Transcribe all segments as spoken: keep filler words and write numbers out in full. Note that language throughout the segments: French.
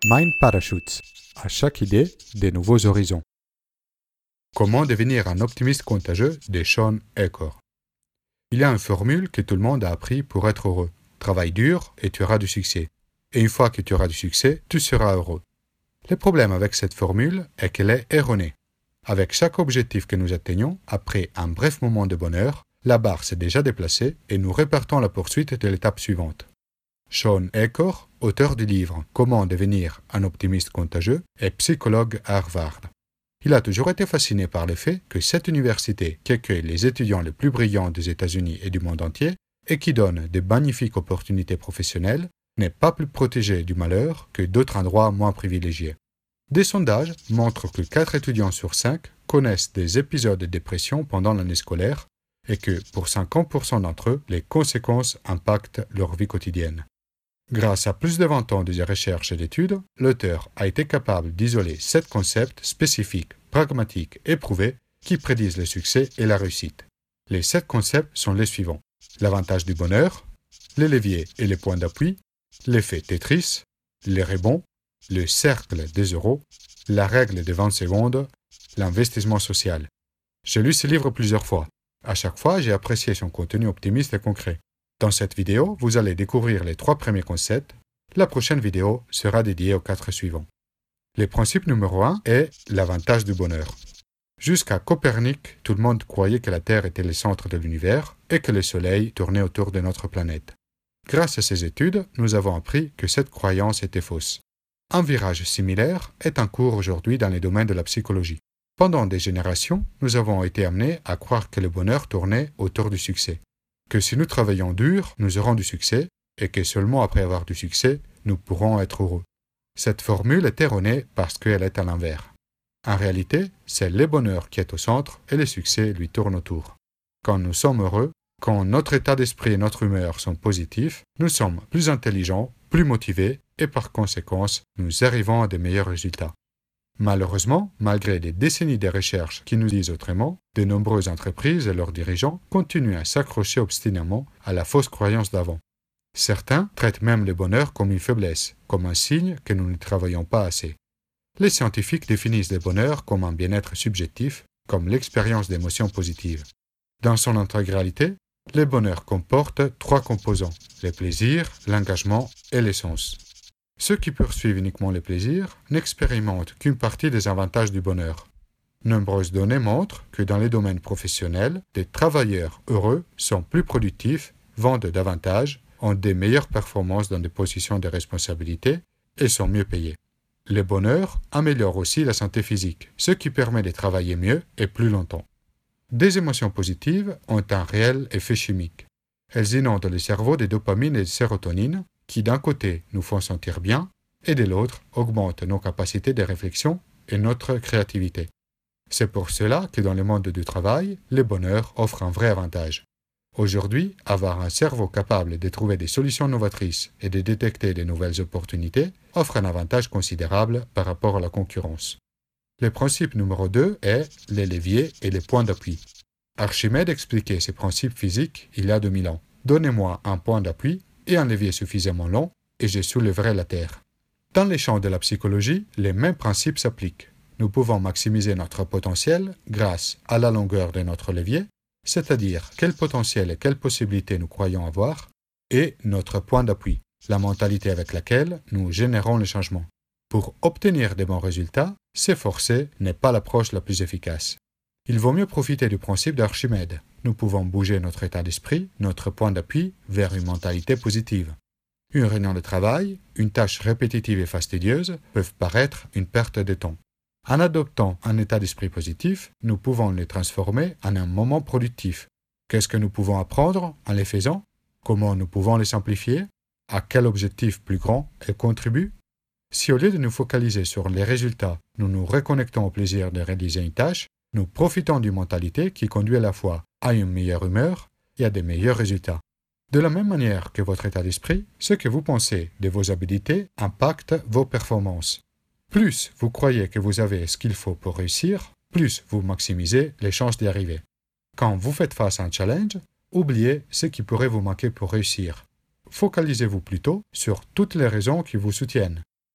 Mind Parachutes. À chaque idée, des nouveaux horizons. Comment devenir un optimiste contagieux de Shawn Achor. Il y a une formule que tout le monde a appris pour être heureux. Travaille dur et tu auras du succès. Et une fois que tu auras du succès, tu seras heureux. Le problème avec cette formule est qu'elle est erronée. Avec chaque objectif que nous atteignons, après un bref moment de bonheur, la barre s'est déjà déplacée et nous repartons à la poursuite de l'étape suivante. Shawn Achor, auteur du livre « Comment devenir un optimiste contagieux » est psychologue à Harvard. Il a toujours été fasciné par le fait que cette université qui accueille les étudiants les plus brillants des États-Unis et du monde entier et qui donne de magnifiques opportunités professionnelles n'est pas plus protégée du malheur que d'autres endroits moins privilégiés. Des sondages montrent que quatre étudiants sur cinq connaissent des épisodes de dépression pendant l'année scolaire et que, pour cinquante pour cent d'entre eux, les conséquences impactent leur vie quotidienne. Grâce à plus de vingt ans de recherche et d'études, l'auteur a été capable d'isoler sept concepts spécifiques, pragmatiques et prouvés qui prédisent le succès et la réussite. Les sept concepts sont les suivants. L'avantage du bonheur, les leviers et les points d'appui, l'effet Tetris, les rebonds, le cercle des euros, la règle des vingt secondes, l'investissement social. J'ai lu ce livre plusieurs fois. À chaque fois, j'ai apprécié son contenu optimiste et concret. Dans cette vidéo, vous allez découvrir les trois premiers concepts. La prochaine vidéo sera dédiée aux quatre suivants. Le principe numéro un est l'avantage du bonheur. Jusqu'à Copernic, tout le monde croyait que la Terre était le centre de l'univers et que le Soleil tournait autour de notre planète. Grâce à ces études, nous avons appris que cette croyance était fausse. Un virage similaire est en cours aujourd'hui dans les domaines de la psychologie. Pendant des générations, nous avons été amenés à croire que le bonheur tournait autour du succès. Que si nous travaillons dur, nous aurons du succès, et que seulement après avoir du succès, nous pourrons être heureux. Cette formule est erronée parce qu'elle est à l'envers. En réalité, c'est le bonheur qui est au centre et le succès lui tourne autour. Quand nous sommes heureux, quand notre état d'esprit et notre humeur sont positifs, nous sommes plus intelligents, plus motivés, et par conséquent, nous arrivons à de meilleurs résultats. Malheureusement, malgré des décennies de recherches qui nous disent autrement, de nombreuses entreprises et leurs dirigeants continuent à s'accrocher obstinément à la fausse croyance d'avant. Certains traitent même le bonheur comme une faiblesse, comme un signe que nous ne travaillons pas assez. Les scientifiques définissent le bonheur comme un bien-être subjectif, comme l'expérience d'émotions positives. Dans son intégralité, le bonheur comporte trois composants, le plaisir, l'engagement et l'essence. Ceux qui poursuivent uniquement le plaisir n'expérimentent qu'une partie des avantages du bonheur. Nombreuses données montrent que dans les domaines professionnels, des travailleurs heureux sont plus productifs, vendent davantage, ont des meilleures performances dans des positions de responsabilité et sont mieux payés. Le bonheur améliore aussi la santé physique, ce qui permet de travailler mieux et plus longtemps. Des émotions positives ont un réel effet chimique. Elles inondent le cerveau de dopamine et de sérotonine, qui d'un côté nous font sentir bien, et de l'autre augmentent nos capacités de réflexion et notre créativité. C'est pour cela que dans le monde du travail, le bonheur offre un vrai avantage. Aujourd'hui, avoir un cerveau capable de trouver des solutions novatrices et de détecter de nouvelles opportunités offre un avantage considérable par rapport à la concurrence. Le principe numéro deux est les leviers et les points d'appui. Archimède expliquait ces principes physiques il y a deux mille ans. Donnez-moi un point d'appui et un levier suffisamment long, et je soulèverai la Terre. Dans les champs de la psychologie, les mêmes principes s'appliquent. Nous pouvons maximiser notre potentiel grâce à la longueur de notre levier, c'est-à-dire quel potentiel et quelles possibilités nous croyons avoir, et notre point d'appui, la mentalité avec laquelle nous générons le changement. Pour obtenir de bons résultats, s'efforcer n'est pas l'approche la plus efficace. Il vaut mieux profiter du principe d'Archimède. Nous pouvons bouger notre état d'esprit, notre point d'appui, vers une mentalité positive. Une réunion de travail, une tâche répétitive et fastidieuse peuvent paraître une perte de temps. En adoptant un état d'esprit positif, nous pouvons les transformer en un moment productif. Qu'est-ce que nous pouvons apprendre en les faisant? Comment nous pouvons les simplifier? À quel objectif plus grand elles contribuent? Si au lieu de nous focaliser sur les résultats, nous nous reconnectons au plaisir de réaliser une tâche, nous profitons d'une mentalité qui conduit à la fois à une meilleure humeur et à des meilleurs résultats. De la même manière que votre état d'esprit, ce que vous pensez de vos habilités impacte vos performances. Plus vous croyez que vous avez ce qu'il faut pour réussir, plus vous maximisez les chances d'y arriver. Quand vous faites face à un challenge, oubliez ce qui pourrait vous manquer pour réussir. Focalisez-vous plutôt sur toutes les raisons qui vous soutiennent.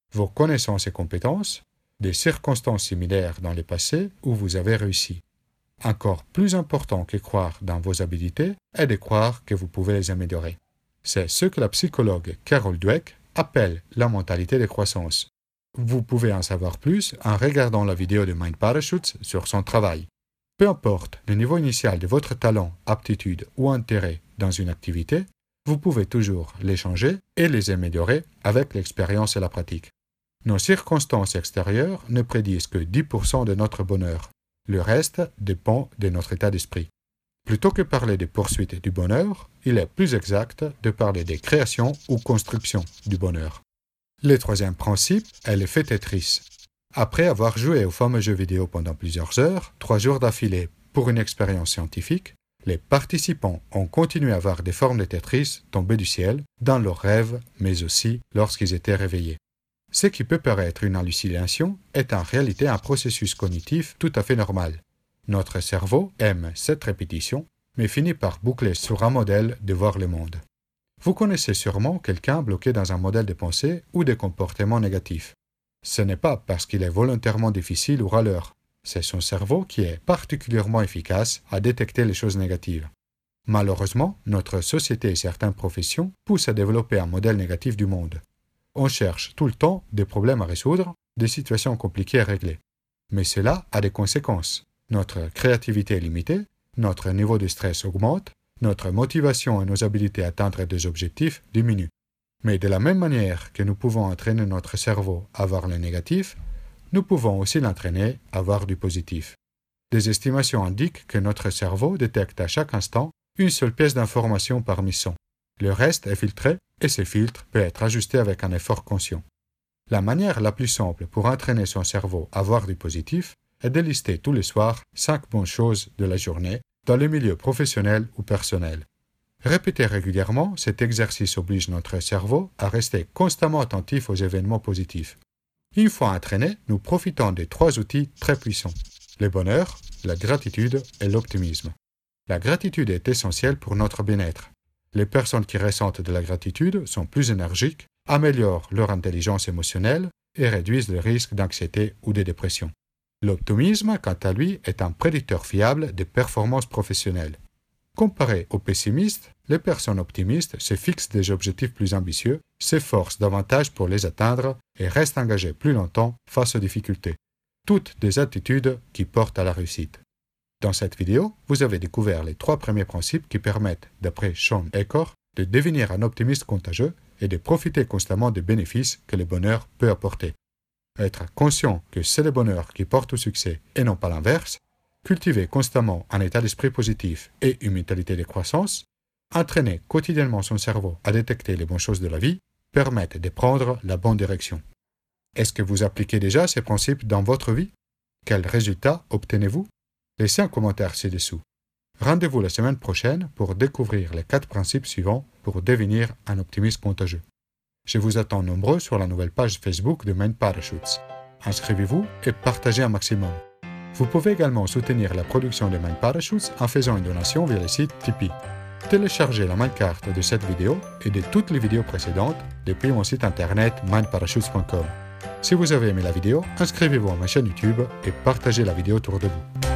vos connaissances et compétences, des circonstances similaires dans le passé où vous avez réussi. Encore plus important que croire dans vos habilités est de croire que vous pouvez les améliorer. C'est ce que la psychologue Carol Dweck appelle la mentalité de croissance. Vous pouvez en savoir plus en regardant la vidéo de Mind Parachutes sur son travail. Peu importe le niveau initial de votre talent, aptitude ou intérêt dans une activité, vous pouvez toujours les changer et les améliorer avec l'expérience et la pratique. Nos circonstances extérieures ne prédisent que dix pour cent de notre bonheur. Le reste dépend de notre état d'esprit. Plutôt que parler des poursuites du bonheur, il est plus exact de parler des créations ou constructions du bonheur. Le troisième principe est l'effet Tetris. Après avoir joué au fameux jeu vidéo pendant plusieurs heures, trois jours d'affilée pour une expérience scientifique, les participants ont continué à voir des formes de Tetris tomber du ciel dans leurs rêves, mais aussi lorsqu'ils étaient réveillés. Ce qui peut paraître une hallucination est en réalité un processus cognitif tout à fait normal. Notre cerveau aime cette répétition, mais finit par boucler sur un modèle de voir le monde. Vous connaissez sûrement quelqu'un bloqué dans un modèle de pensée ou de comportement négatif. Ce n'est pas parce qu'il est volontairement difficile ou râleur, c'est son cerveau qui est particulièrement efficace à détecter les choses négatives. Malheureusement, notre société et certaines professions poussent à développer un modèle négatif du monde. On cherche tout le temps des problèmes à résoudre, des situations compliquées à régler. Mais cela a des conséquences. Notre créativité est limitée, notre niveau de stress augmente, notre motivation et nos habiletés à atteindre des objectifs diminuent. Mais de la même manière que nous pouvons entraîner notre cerveau à voir le négatif, nous pouvons aussi l'entraîner à voir du positif. Des estimations indiquent que notre cerveau détecte à chaque instant une seule pièce d'information parmi cent. Le reste est filtré et ce filtre peut être ajusté avec un effort conscient. La manière la plus simple pour entraîner son cerveau à voir du positif est de lister tous les soirs cinq bonnes choses de la journée dans le milieu professionnel ou personnel. Répéter régulièrement cet exercice oblige notre cerveau à rester constamment attentif aux événements positifs. Une fois entraîné, nous profitons de trois outils très puissants: le bonheur, la gratitude et l'optimisme. La gratitude est essentielle pour notre bien-être. Les personnes qui ressentent de la gratitude sont plus énergiques, améliorent leur intelligence émotionnelle et réduisent le risque d'anxiété ou de dépression. L'optimisme, quant à lui, est un prédicteur fiable des performances professionnelles. Comparé aux pessimistes, les personnes optimistes se fixent des objectifs plus ambitieux, s'efforcent davantage pour les atteindre et restent engagées plus longtemps face aux difficultés. Toutes des attitudes qui portent à la réussite. Dans cette vidéo, vous avez découvert les trois premiers principes qui permettent, d'après Sean Eckhart, de devenir un optimiste contagieux et de profiter constamment des bénéfices que le bonheur peut apporter. Être conscient que c'est le bonheur qui porte au succès et non pas l'inverse, cultiver constamment un état d'esprit positif et une mentalité de croissance, entraîner quotidiennement son cerveau à détecter les bonnes choses de la vie, permettent de prendre la bonne direction. Est-ce que vous appliquez déjà ces principes dans votre vie? Quels résultats obtenez-vous? Laissez un commentaire ci-dessous. Rendez-vous la semaine prochaine pour découvrir les quatre principes suivants pour devenir un optimiste contagieux. Je vous attends nombreux sur la nouvelle page Facebook de Mind Parachutes. Inscrivez-vous et partagez un maximum. Vous pouvez également soutenir la production de Mind Parachutes en faisant une donation via le site Tipeee. Téléchargez la mindcarte de cette vidéo et de toutes les vidéos précédentes depuis mon site internet mind parachutes point com. Si vous avez aimé la vidéo, inscrivez-vous à ma chaîne YouTube et partagez la vidéo autour de vous.